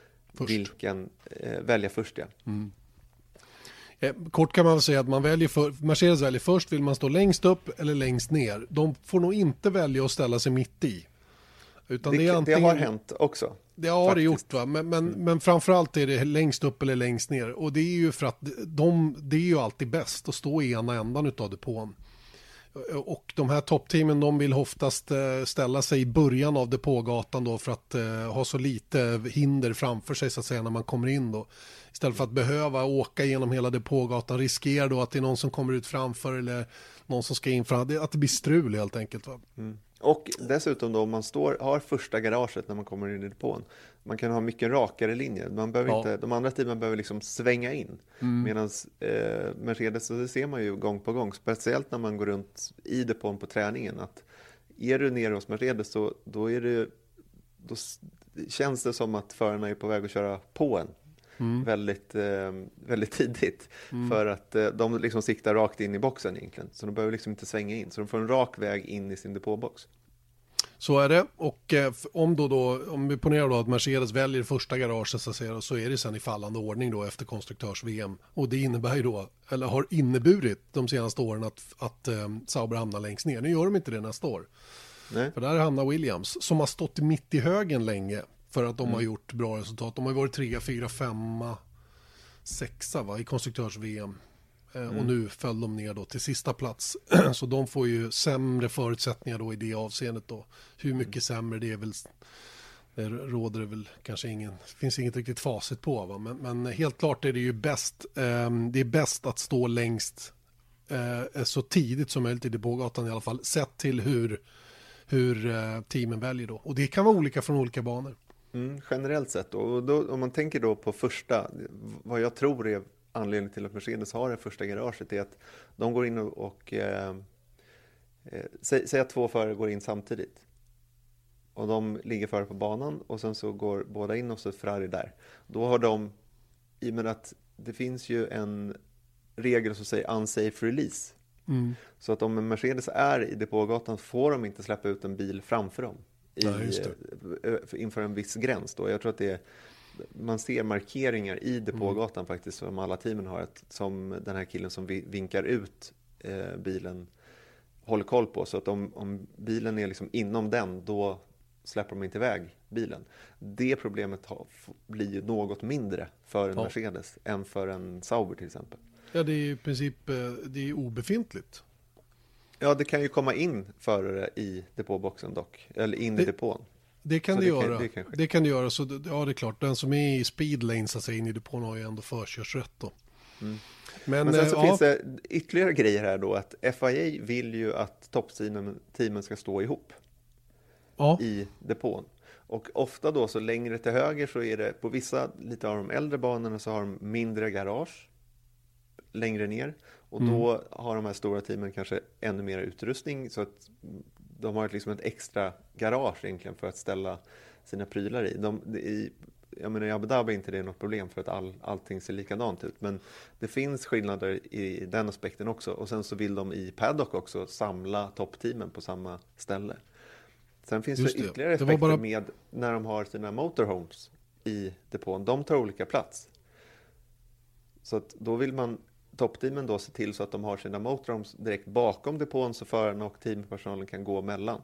välja först. Ja. Kort kan man väl säga att Mercedes väljer först. Vill man stå längst upp eller längst ner? De får nog inte välja att ställa sig mitt i. Utan det har hänt också. Det har det gjort, va? Men framförallt är det längst upp eller längst ner. Och det är ju för att det är ju alltid bäst att stå i ena ändan utav depån. Och de här toppteamen, de vill oftast ställa sig i början av depågatan då för att ha så lite hinder framför sig så att säga när man kommer in då. Istället för att behöva åka genom hela depågatan, riskera då att det är någon som kommer ut framför eller någon som ska in fram, att det blir strul helt enkelt, va? Och dessutom då om man har första garaget när man kommer in i depån, man kan ha mycket rakare linjer. Man behöver inte, de andra teamen behöver liksom svänga in. Medan Mercedes, så det ser man ju gång på gång, speciellt när man går runt i depån på träningen, att är du nere hos Mercedes då känns det som att förarna är på väg att köra på en. väldigt, väldigt tidigt. För att de liksom siktar rakt in i boxen egentligen. Så de behöver liksom inte svänga in. Så de får en rak väg in i sin depåbox. Så är det, och om vi ponerar då att Mercedes väljer första garaget så är det sen i fallande ordning då efter konstruktörs-VM. Och det innebär ju då, eller har inneburit de senaste åren att Sauber hamnar längst ner. Nu gör de inte det nästa år. Nej. För där hamnar Williams, som har stått mitt i högen länge för att de har gjort bra resultat. De har varit 3, 4, 5, 6 i konstruktörs-VM. Och nu föll de ner då till sista plats. Så de får ju sämre förutsättningar då i det avseendet då. Hur mycket sämre det är väl, det råder det väl kanske finns inget riktigt facit på. Va? Men helt klart är det ju bäst, det är bäst att stå längst så tidigt som möjligt i depågatan i alla fall. Sett till hur teamen väljer då. Och det kan vara olika från olika banor. Generellt sett. Och då, om man tänker då på första, vad jag tror är anledningen till att Mercedes har det första garaget är att de går in och säg att 2 förare går in samtidigt. Och de ligger före på banan och sen så går båda in och så är Ferrari där. Då har de, i och med att det finns ju en regel som säger unsafe release. Så att om en Mercedes är i depågatan får de inte släppa ut en bil framför dem inför en viss gräns då. Jag tror att man ser markeringar i depågatan faktiskt som alla teamen har, som den här killen som vinkar ut bilen håller koll på, så att om bilen är liksom inom den, då släpper de inte iväg bilen. Det problemet blir ju något mindre för en Mercedes än för en Sauber till exempel. Ja, det är i princip det är obefintligt. Ja, det kan ju komma in förare i depåboxen dock, eller in i depån. Det kan det göra. Det kan det göra. Så ja, det är klart. Den som är i speedlane så att säga in i depån har ju ändå förkörsrätt då. Men sen så finns det ytterligare grejer här då, att FIA vill ju att toppteamen ska stå ihop i depån. Och ofta då så längre till höger så är det på vissa lite av de äldre banorna så har de mindre garage längre ner. Och då har de här stora teamen kanske ännu mer utrustning, så att de har liksom ett extra garage egentligen för att ställa sina prylar i. Jag menar, i Abu Dhabi är inte det något problem för att allting ser likadant ut. Men det finns skillnader i den aspekten också. Och sen så vill de i paddock också samla toppteamen på samma ställe. Sen finns det ytterligare aspekter med när de har sina motorhomes i depån. De tar olika plats. Så att då vill toppteamen då se till så att de har sina motorhomes direkt bakom depån, så förarna och teampersonalen kan gå mellan.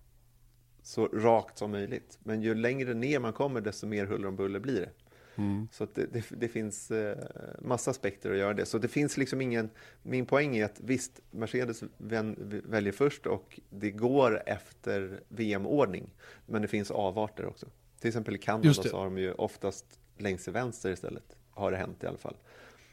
Så rakt som möjligt. Men ju längre ner man kommer, desto mer huller om buller blir det. Så att det finns massa aspekter att göra det. Så det finns liksom min poäng är att visst, Mercedes väljer först och det går efter VM-ordning. Men det finns avarter också. Till exempel i Kanada så har de ju oftast längst till vänster istället. Har det hänt i alla fall.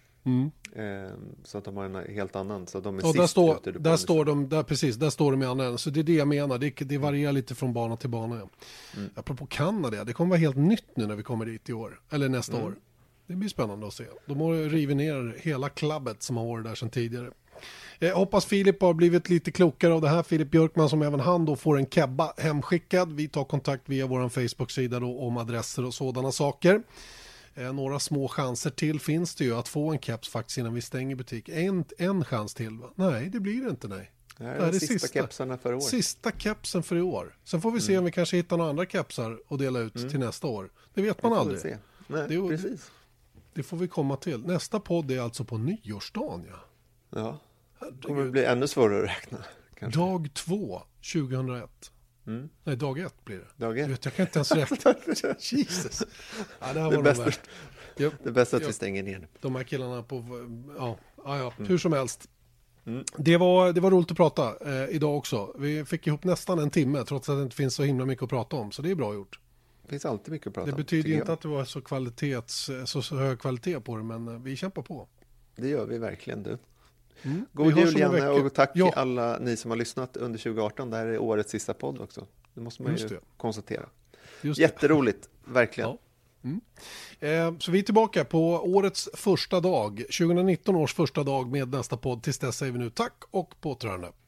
Så att de har en helt annan, så de är sist där står de i andra änden. Så det är det jag menar, det varierar lite från bana till bana. Apropå Kanada, det kommer vara helt nytt nu när vi kommer dit i år, eller nästa år. Det blir spännande att se. De har rivit ner hela klubbet som har varit där sedan tidigare. Jag hoppas Filip har blivit lite klokare av det här. Filip Björkman, som även han då får en kebba hemskickad. Vi tar kontakt via vår Facebook-sida då om adresser och sådana saker. Några små chanser till finns det ju att få en keps faktiskt innan vi stänger butik. En chans till, va? Nej, det blir det inte, nej. Det är sista kepsarna för år. Sista kepsen för i år. Sen får vi se om vi kanske hittar några andra kepsar och dela ut till nästa år. Det vet man aldrig. Se. Nej, precis. Det får vi komma till. Nästa podd är alltså på nyårsdagen, ja. Det kommer bli ännu svårare att räkna. Kanske. Dag 2, 2001. Nej, dag 1 blir det. Dag 1. Jag kan inte ens räkna. Jesus. Ja, det är bäst att vi stänger ner. De här killarna på... hur som helst. Det var roligt att prata idag också. Vi fick ihop nästan en timme trots att det inte finns så himla mycket att prata om. Så det är bra gjort. Det finns alltid mycket att prata om. Det betyder inte att det var så hög kvalitet på det, men vi kämpar på. Det gör vi verkligen, du. God jul, Janne, och tack till alla ni som har lyssnat under 2018. Det här är årets sista podd också. Det måste man ju konstatera. Jätteroligt, verkligen. Ja. Så vi är tillbaka på årets första dag, 2019 års första dag med nästa podd. Tills dess säger vi nu tack och på återhörande.